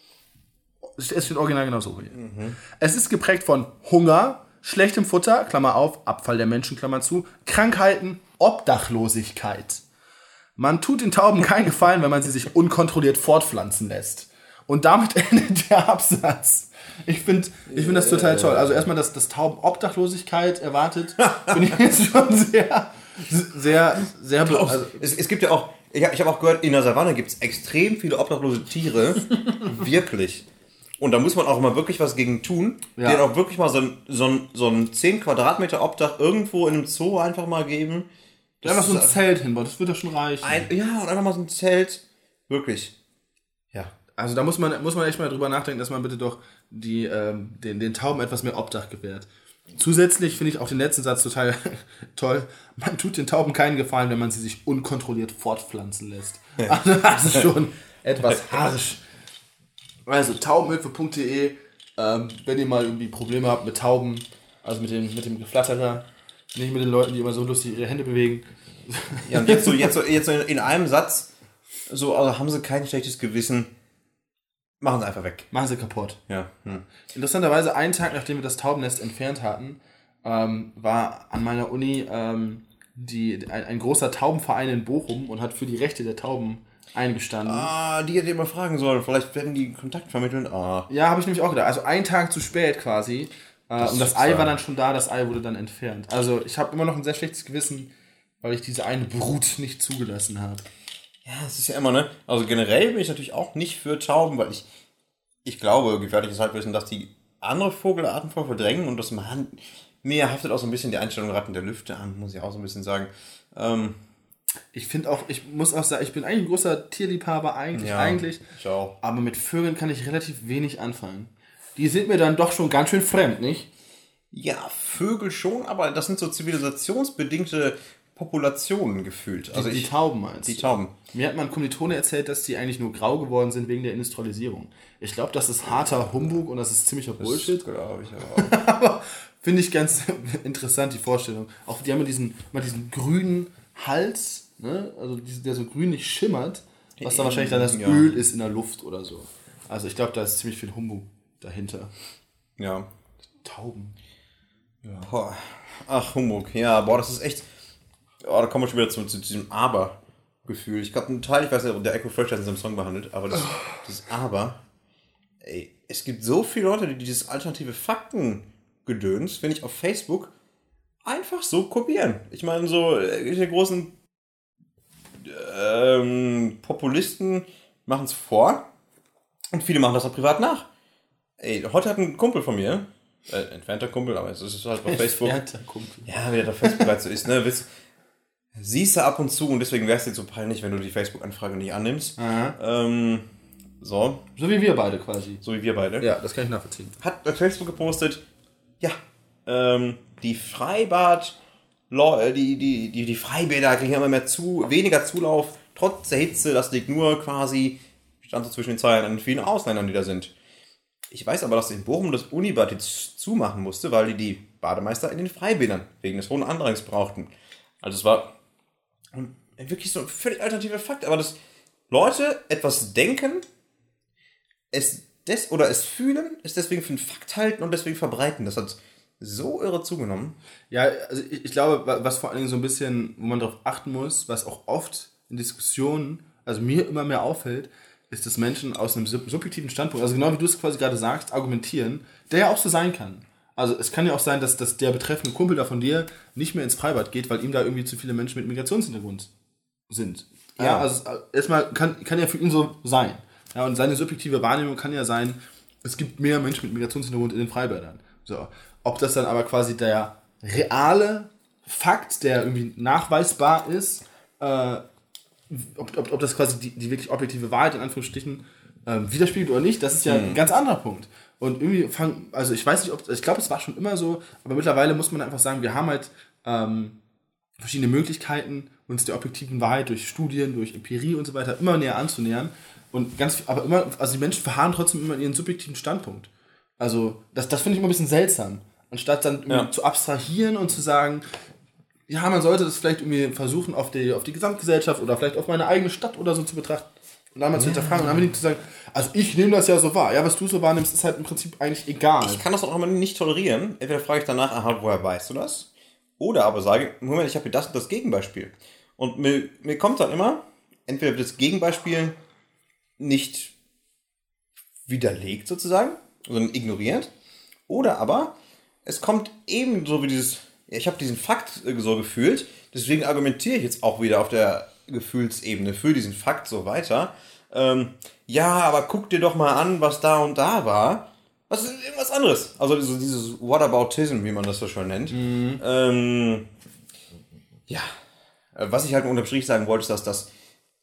Es steht original genau so hier. Mhm. Es ist geprägt von Hunger, schlechtem Futter, Klammer auf, Abfall der Menschen, Klammer zu, Krankheiten, Obdachlosigkeit. Man tut den Tauben keinen Gefallen, wenn man sie sich unkontrolliert fortpflanzen lässt. Und damit endet der Absatz. Ich finde ich find das total toll. Also erstmal, dass das Tauben Obdachlosigkeit erwartet, finde ich jetzt schon sehr, sehr, sehr... Also es, es gibt ja auch, ich habe auch gehört, in der Savanne gibt es extrem viele obdachlose Tiere. Wirklich. Und da muss man auch mal wirklich was gegen tun. Ja. Denen auch wirklich mal so ein, so ein, so ein zehn Quadratmeter Obdach irgendwo in einem Zoo einfach mal geben. Das einfach so ein Zelt hinbauen, das wird ja schon reichen. Ein, ja, und einfach mal so ein Zelt. Wirklich. Ja. Also da muss man, muss man echt mal drüber nachdenken, dass man bitte doch die, ähm, den, den Tauben etwas mehr Obdach gewährt. Zusätzlich finde ich auch den letzten Satz total toll. Man tut den Tauben keinen Gefallen, wenn man sie sich unkontrolliert fortpflanzen lässt. Ja. Also das ist schon etwas harsch. Also taubenhilfe punkt de, ähm, wenn ihr mal irgendwie Probleme habt mit Tauben, also mit dem, mit dem Geflatterer, nicht mit den Leuten, die immer so lustig ihre Hände bewegen. Ja, und jetzt so, jetzt so, jetzt so in einem Satz, so, also haben sie kein schlechtes Gewissen, machen sie einfach weg. Machen sie kaputt. Ja. Hm. Interessanterweise, einen Tag, nachdem wir das Taubennest entfernt hatten, ähm, war an meiner Uni ähm, die, ein, ein großer Taubenverein in Bochum und hat für die Rechte der Tauben eingestanden. Ah, die hätte ich mal fragen sollen. Vielleicht werden die Kontakt vermitteln. Ah. Ja, habe ich nämlich auch gedacht. Also einen Tag zu spät quasi. Äh, das und das Ei war dann schon da, das Ei wurde dann entfernt. Also ich habe immer noch ein sehr schlechtes Gewissen, weil ich diese eine Brut nicht zugelassen habe. Ja, es ist ja immer, ne? Also generell bin ich natürlich auch nicht für Tauben, weil ich, ich glaube, gefährliches Halbwissen, dass die andere Vogelarten voll verdrängen und das man, mir haftet auch so ein bisschen die Einstellung Ratten der Lüfte an, muss ich auch so ein bisschen sagen. Ähm, ich finde auch, ich muss auch sagen, ich bin eigentlich ein großer Tierliebhaber, eigentlich, ja, eigentlich. Ich auch. Aber mit Vögeln kann ich relativ wenig anfangen. Die sind mir dann doch schon ganz schön fremd, nicht? Ja, Vögel schon, aber das sind so zivilisationsbedingte Populationen gefühlt. Also die, die ich, Tauben meinst Die du? Tauben. Mir hat mein Kommilitone erzählt, dass die eigentlich nur grau geworden sind wegen der Industrialisierung. Ich glaube, das ist harter Humbug und das ist ziemlicher Bullshit. Das glaube ich auch. Aber finde ich ganz interessant, die Vorstellung. Auch die haben ja diesen, mal diesen grünen Hals, ne? Also der so grünlich schimmert, was dann wahrscheinlich dann das ja. Öl ist in der Luft oder so. Also ich glaube, da ist ziemlich viel Humbug dahinter. Ja. Tauben. Ja. Boah. Ach, Humbug. Ja, boah, das ist echt... Oh, da kommen wir schon wieder zu, zu diesem Aber-Gefühl. Ich glaube, ein Teil, ich weiß nicht, ob der Echo Fresh hat in seinem Song behandelt, aber das, dieses Aber, ey, es gibt so viele Leute, die dieses alternative Fakten-Gedöns, finde ich, auf Facebook einfach so kopieren. Ich meine, so, die großen ähm, Populisten machen es vor und viele machen das auch privat nach. Ey, heute hat ein Kumpel von mir, äh, entfernter Kumpel, aber es ist halt auf Facebook. Entfernter Kumpel. Ja, wie der auf Facebook halt so ist, ne, Witz. Siehst du ab und zu und deswegen wär's jetzt so peinlich, wenn du die Facebook-Anfrage nicht annimmst. Ähm, so. So wie wir beide quasi. So wie wir beide. Ja, das kann ich nachvollziehen. Hat bei Facebook gepostet, ja, ähm, die Freibad, die, die, die, die Freibäder kriegen immer mehr zu, weniger Zulauf, trotz der Hitze, das liegt nur quasi, stand so zwischen den Zeilen, an vielen Ausländern, die da sind. Ich weiß aber, dass in Bochum das Unibad jetzt zumachen musste, weil die die Bademeister in den Freibädern wegen des hohen Andrangs brauchten. Also es war wirklich so ein völlig alternativer Fakt, aber dass Leute etwas denken, es des oder es fühlen, es deswegen für einen Fakt halten und deswegen verbreiten. Das hat so irre zugenommen. Ja, also ich, ich glaube, was vor allen Dingen so ein bisschen, wo man darauf achten muss, was auch oft in Diskussionen, also mir immer mehr auffällt, ist, dass Menschen aus einem subjektiven Standpunkt, also genau wie du es quasi gerade sagst, argumentieren, der ja auch so sein kann. Also es kann ja auch sein, dass, dass der betreffende Kumpel da von dir nicht mehr ins Freibad geht, weil ihm da irgendwie zu viele Menschen mit Migrationshintergrund sind. Ja, ja, also erstmal kann, kann ja für ihn so sein. Ja, und seine subjektive Wahrnehmung kann ja sein, es gibt mehr Menschen mit Migrationshintergrund in den Freibädern. So. Ob das dann aber quasi der reale Fakt, der irgendwie nachweisbar ist, äh, ob, ob, ob das quasi die, die wirklich objektive Wahrheit in Anführungsstrichen äh, widerspiegelt oder nicht, das ist ja mhm. ein ganz anderer Punkt. Und irgendwie fangen, also ich weiß nicht, ob, ich glaube, es war schon immer so, aber mittlerweile muss man einfach sagen, wir haben halt ähm, verschiedene Möglichkeiten, uns der objektiven Wahrheit durch Studien, durch Empirie und so weiter immer näher anzunähern. Und ganz, aber immer, also die Menschen verharren trotzdem immer in ihren subjektiven Standpunkt. Also, das, das finde ich immer ein bisschen seltsam. Anstatt dann ja. zu abstrahieren und zu sagen, ja, man sollte das vielleicht irgendwie versuchen, auf die, auf die Gesamtgesellschaft oder vielleicht auf meine eigene Stadt oder so zu betrachten. Und dann mal ja. zu hinterfragen und dann nicht zu sagen, also ich nehme das ja so wahr. Ja, was du so wahrnimmst, ist halt im Prinzip eigentlich egal. Ich kann das auch immer nicht tolerieren. Entweder frage ich danach, aha, woher weißt du das? Oder aber sage, Moment, ich habe hier das und das Gegenbeispiel. Und mir, mir kommt dann immer, entweder wird das Gegenbeispiel nicht widerlegt sozusagen, sondern ignoriert. Oder aber es kommt eben so wie dieses, ich habe diesen Fakt so gefühlt, deswegen argumentiere ich jetzt auch wieder auf der Gefühlsebene für diesen Fakt so weiter. Ähm, ja, aber guck dir doch mal an, was da und da war. Was ist irgendwas anderes? Also dieses, dieses Whataboutism, wie man das so schön nennt. Mhm. Ähm, ja, was ich halt unterm Strich sagen wollte, ist, dass das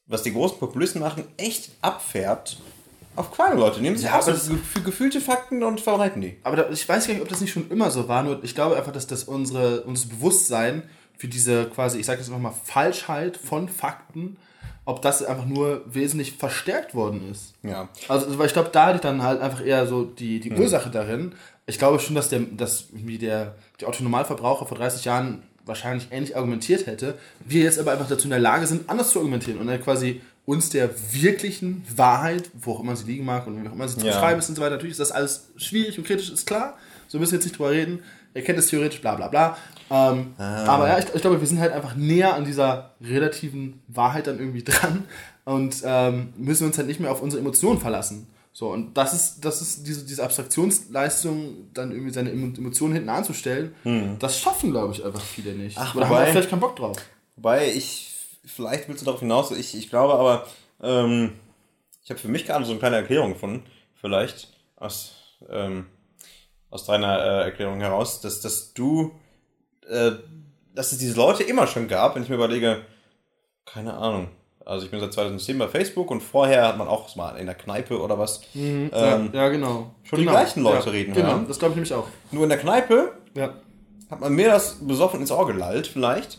was die großen Populisten machen, echt abfärbt auf kleine Leute. Nehmen sie ja, so für gefühlte Fakten und verbreiten die. Aber da, ich weiß gar nicht, ob das nicht schon immer so war, nur ich glaube einfach, dass das unsere, unser Bewusstsein für diese quasi, ich sage jetzt einfach mal, Falschheit von Fakten, ob das einfach nur wesentlich verstärkt worden ist. Ja. Also, weil ich glaube, da liegt dann halt einfach eher so die, die hm. Ursache darin. Ich glaube schon, dass der, dass wie der, der Autonormalverbraucher vor dreißig Jahren wahrscheinlich ähnlich argumentiert hätte. Wir jetzt aber einfach dazu in der Lage sind, anders zu argumentieren und dann quasi uns der wirklichen Wahrheit, wo auch immer sie liegen mag und wie auch immer sie zu beschreiben ja. ist und so weiter. Natürlich ist das alles schwierig und kritisch, ist klar. So müssen wir jetzt nicht drüber reden. Erkenntnistheoretisch, bla bla bla. Ähm, ah. Aber ja, ich, ich glaube, wir sind halt einfach näher an dieser relativen Wahrheit dann irgendwie dran und ähm, müssen uns halt nicht mehr auf unsere Emotionen verlassen. So, und das ist, das ist diese, diese Abstraktionsleistung, dann irgendwie seine Emotionen hinten anzustellen, hm. das schaffen, glaube ich, einfach viele nicht. Ach, Oder wobei, haben wir vielleicht keinen Bock drauf. Wobei ich, vielleicht willst du darauf hinaus, ich, ich glaube aber, ähm, ich habe für mich gerade so eine kleine Erklärung gefunden, vielleicht, aus, ähm, aus deiner äh, Erklärung heraus, dass, dass du, äh, dass es diese Leute immer schon gab, wenn ich mir überlege, keine Ahnung, also ich bin seit zweitausendzehn bei Facebook und vorher hat man auch mal in der Kneipe oder was. Mhm, ähm, ja, ja, genau. Schon genau. die gleichen Leute ja, reden Genau, hören. das glaube ich nämlich auch. Nur in der Kneipe ja. hat man mir das besoffen ins Ohr gelallt, vielleicht.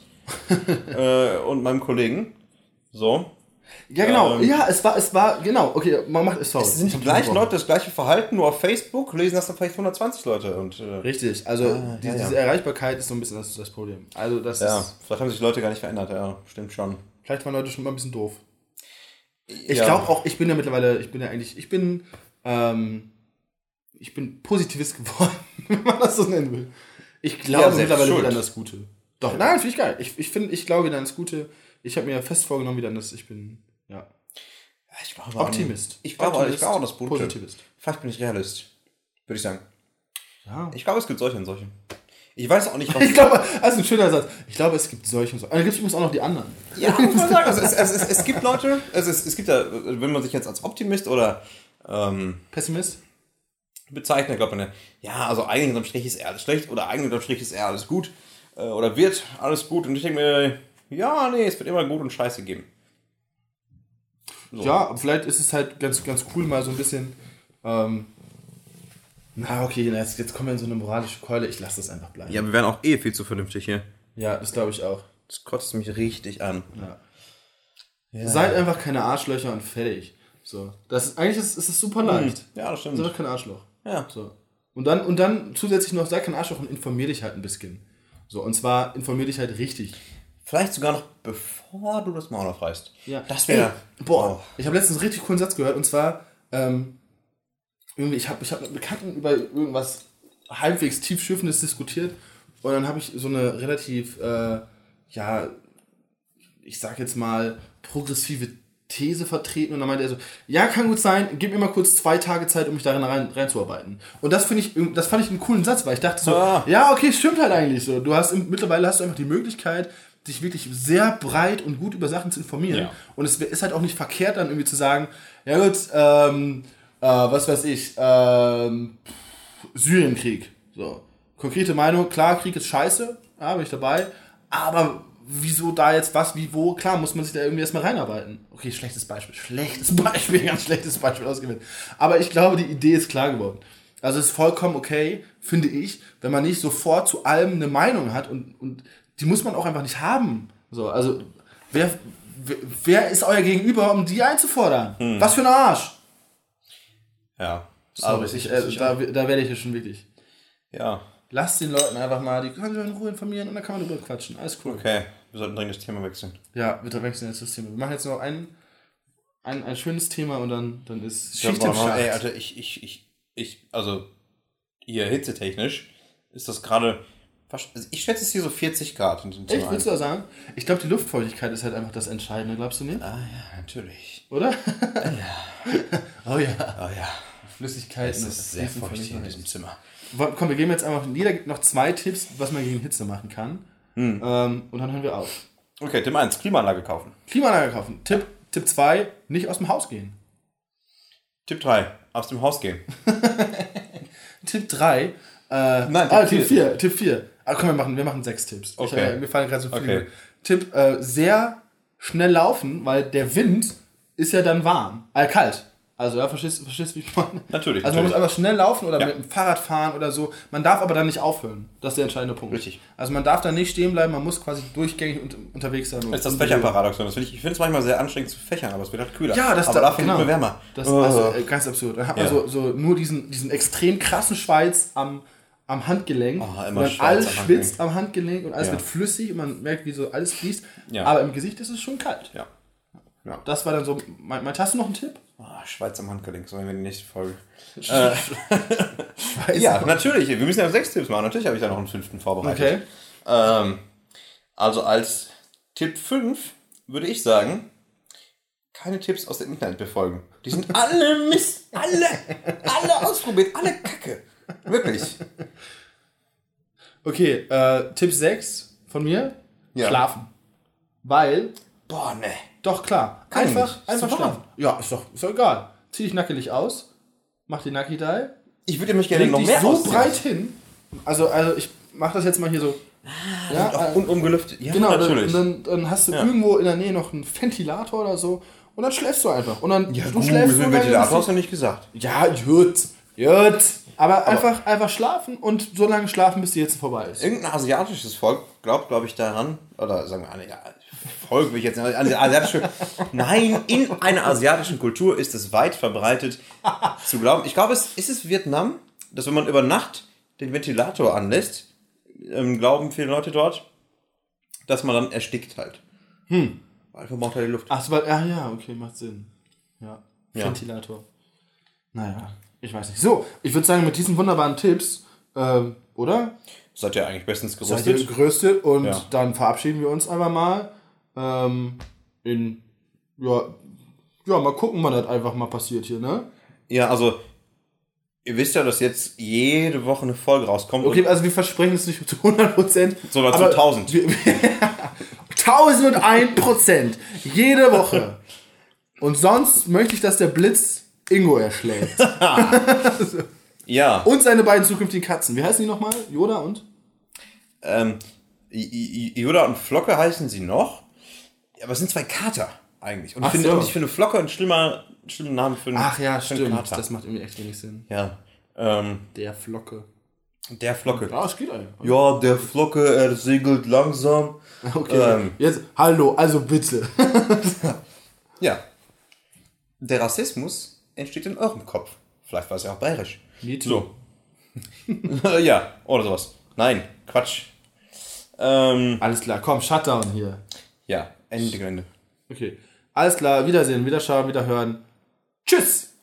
äh, und meinem Kollegen. So. Ja, genau. Ähm, ja, es war, es war, genau. Okay, man macht es sorry. Es sind die gleichen Leute, das gleiche Verhalten, nur auf Facebook lesen das dann vielleicht hundertzwanzig Leute. Und, äh, Richtig, also ah, die, ja, ja. diese Erreichbarkeit ist so ein bisschen das, das Problem. Also das ja, ist, vielleicht haben sich die Leute gar nicht verändert, ja, stimmt schon. Vielleicht waren Leute schon mal ein bisschen doof. Ich ja. glaube auch, ich bin ja mittlerweile, ich bin ja eigentlich, ich bin, ähm, ich bin Positivist geworden, wenn man das so nennen will. Ich glaube ja, mittlerweile wieder an das Gute. Doch, ja. Nein, finde ich geil. Ich, ich, find, ich glaube wieder an das Gute. Ich habe mir fest vorgenommen wieder an das, ich bin, ja, ich glaube, Optimist. Ich glaube Optimist, auch das Gute. Positivist. Vielleicht bin ich Realist, würde ich sagen. Ja. Ich glaube, es gibt solche und solche. Ich weiß auch nicht, was... ich glaube, das ist ein schöner Satz. Ich glaube, es gibt solche und solche. Aber da gibt es übrigens auch noch die anderen. Ja, muss man sagen. Also es, es, es, es gibt Leute, es, es, es gibt ja, wenn man sich jetzt als Optimist oder ähm, Pessimist bezeichnet, glaubt man ja, ja, also eigentlich unterm Strich ist eher alles schlecht oder eigentlich unterm Strich ist eher alles gut äh, oder wird alles gut. Und ich denke mir, ja, nee, es wird immer gut und Scheiße geben. So. Ja, vielleicht ist es halt ganz, ganz cool, mal so ein bisschen... Ähm, Na, okay, jetzt, jetzt kommen wir in so eine moralische Keule. Ich lasse das einfach bleiben. Ja, wir wären auch eh viel zu vernünftig hier. Ja, das glaube ich auch. Das kotzt mich richtig an. Ja. Ja. Seid einfach keine Arschlöcher und fertig. So. Das ist, eigentlich ist, ist es super leicht. Ja, das stimmt. Seid doch kein Arschloch. Ja. So. Und dann, und dann zusätzlich noch, sei kein Arschloch und informier dich halt ein bisschen. So, und zwar informier dich halt richtig. Vielleicht sogar noch bevor du das Maul aufreißt. Ja. Das wäre... Boah, oh. Ich habe letztens einen richtig coolen Satz gehört und zwar... Ähm, Irgendwie, ich habe ich hab mit Bekannten über irgendwas halbwegs tiefschürfendes diskutiert und dann habe ich so eine relativ, äh, ja, ich sag jetzt mal, progressive These vertreten und dann meinte er so, ja, kann gut sein, gib mir mal kurz zwei Tage Zeit, um mich darin rein, reinzuarbeiten. Und das finde ich, das fand ich einen coolen Satz, weil ich dachte so, ah. ja, okay, stimmt halt eigentlich so. Du hast, mittlerweile hast du einfach die Möglichkeit, dich wirklich sehr breit und gut über Sachen zu informieren. Ja. Und es ist halt auch nicht verkehrt, dann irgendwie zu sagen, ja gut, ähm, Äh, was weiß ich, ähm, Syrienkrieg. So. Konkrete Meinung, klar, Krieg ist scheiße, ja, bin ich dabei, aber wieso da jetzt was, wie, wo, klar, muss man sich da irgendwie erstmal reinarbeiten. Okay, schlechtes Beispiel, schlechtes Beispiel, ganz schlechtes Beispiel ausgewählt. Aber ich glaube, die Idee ist klar geworden. Also es ist vollkommen okay, finde ich, wenn man nicht sofort zu allem eine Meinung hat und, und die muss man auch einfach nicht haben. So, also, wer, wer, wer ist euer Gegenüber, um die einzufordern? Hm. Was für ein Arsch! Ja. Sorry, ich, äh, da, da werde ich ja schon wirklich. Ja. Lass den Leuten einfach mal, die können sich in Ruhe informieren und dann kann man drüber quatschen. Alles cool. Okay, wir sollten dringend das Thema wechseln. Ja, wir wechseln jetzt das Thema. Wir machen jetzt noch ein, ein, ein schönes Thema und dann, dann ist Schicht im Schacht. Ey, Alter, ich, ich, ich, ich, also hier hitzetechnisch ist das gerade, also ich schätze es hier so vierzig Grad in diesem Zimmer. Echt, willst du das sagen? Ich glaube, die Luftfeuchtigkeit ist halt einfach das Entscheidende, glaubst du nicht? Ah ja, natürlich. Oder? Ah, ja. Oh ja. Oh ja. Flüssigkeit. Es ist sehr feucht in diesem Zimmer. Komm, wir geben jetzt einfach, jeder gibt noch zwei Tipps, was man gegen Hitze machen kann. Hm. Ähm, und dann hören wir auf. Okay, Tipp eins, Klimaanlage kaufen. Klimaanlage kaufen. Tipp, Tipp zwei, nicht aus dem Haus gehen. Tipp drei, aus dem Haus gehen. Tipp drei, äh, Nein, Tipp ah, Tipp vier. Tipp vier. Ah, komm, wir machen, wir machen sechs Tipps. Okay. Ich, äh, mir fallen gerade so viele. Okay. Tipp, äh, sehr schnell laufen, weil der Wind ist ja dann warm, äh, kalt. Also, ja, verstehst du, verstehst, wie ich meine? Natürlich. Also, man natürlich. muss einfach schnell laufen oder Ja. mit dem Fahrrad fahren oder so. Man darf aber dann nicht aufhören. Das ist der entscheidende Punkt. Richtig. Also, man darf dann nicht stehen bleiben, man muss quasi durchgängig un- unterwegs sein. Das ist das Fächerparadoxon. Das find ich ich finde es manchmal sehr anstrengend zu fächern, aber es wird halt kühler. Ja, das aber da, dafür genau. wird mir wärmer. Das Oh. also äh, ganz absurd. Dann hat man Ja. so, so nur diesen, diesen extrem krassen Schweiß am, am Handgelenk. Oh, immer und dann Schweiß alles am schwitzt am Handgelenk und alles Ja. wird flüssig und man merkt, wie so alles fließt. Ja. Aber im Gesicht ist es schon kalt. Ja. Ja. Das war dann so. Mein, mein, hast du noch einen Tipp? Oh, Schweiz am Handgelenk, so in die nächste Folge. Scheiße. Ja, natürlich. Wir müssen ja sechs Tipps machen. Natürlich habe ich da noch einen fünften vorbereitet. Okay. Ähm, also als Tipp fünf würde ich sagen, keine Tipps aus dem Internet befolgen. Die sind alle Mist. Alle. Alle ausprobiert. Alle Kacke. Wirklich. Okay, äh, Tipp sechs von mir. Ja. Schlafen. Weil, Boah, ne. doch klar, Kann ich einfach, nicht. Ist einfach doch schlafen. Ja, ist doch, ist doch egal. Zieh dich nackelig aus, mach die Nacki-Dai, Ich würde mich gerne leg noch dich mehr so ausziehen. breit hin. Also, also ich mach das jetzt mal hier so. Ja, Und auch äh, un- ungelüftet. Ja, genau, dann, natürlich. und dann, dann hast du Ja. irgendwo in der Nähe noch einen Ventilator oder so und dann schläfst du einfach. Und dann ja, du gut, schläfst so den lange, Ventilator bis hast du nicht gesagt. die- Ja, gut, gut. Aber, einfach, einfach schlafen und so lange schlafen, bis die Hitze vorbei ist. Irgendein asiatisches Volk glaubt, glaube ich, daran, oder sagen wir, eine, ja, Volk will ich jetzt nicht, eine asiatische, nein, in einer asiatischen Kultur ist es weit verbreitet zu glauben. Ich glaube, es ist es Vietnam, dass wenn man über Nacht den Ventilator anlässt, ähm, glauben viele Leute dort, dass man dann erstickt halt. Hm. Weil man braucht halt die Luft. Ach, so, weil- ah ja, okay, macht Sinn. Ja, Ja. Ventilator. Naja, ich weiß nicht. So, ich würde sagen, mit diesen wunderbaren Tipps, ähm, oder? Seid ihr eigentlich bestens Seid ihr gerüstet? gerüstet und Ja. dann verabschieden wir uns einfach mal ähm, in, ja, ja, mal gucken, wann das einfach mal passiert hier, ne? Ja, also, ihr wisst ja, dass jetzt jede Woche eine Folge rauskommt. Okay, also wir versprechen es nicht zu hundert Prozent. Sondern zu tausend. tausendundeins Prozent. Jede Woche. Und sonst möchte ich, dass der Blitz Ingo erschlägt. Ja. Und seine beiden zukünftigen Katzen. Wie heißen die nochmal? Yoda und? Ähm, I- I- Yoda und Flocke heißen sie noch. Aber es sind zwei Kater eigentlich. Und ich Ach finde, so. und ich finde Flocke ein schlimmer, schlimmer Name für einen, Ach ja, für einen stimmt. Kater. Das macht irgendwie echt wenig Sinn. Ja. Ähm, Der Flocke. der Flocke. Ja, es geht eigentlich. Ja, der Flocke, er segelt langsam. Okay. Ähm, Jetzt, hallo, also bitte. ja. Der Rassismus entsteht in eurem Kopf. Vielleicht war es ja auch bayerisch. Me too. So. Ja, oder sowas. Nein, Quatsch. Ähm, Alles klar, komm, Shutdown hier. ja, Ende Gelände. Okay. Alles klar, Wiedersehen, Wiederschauen, Wiederhören. Tschüss!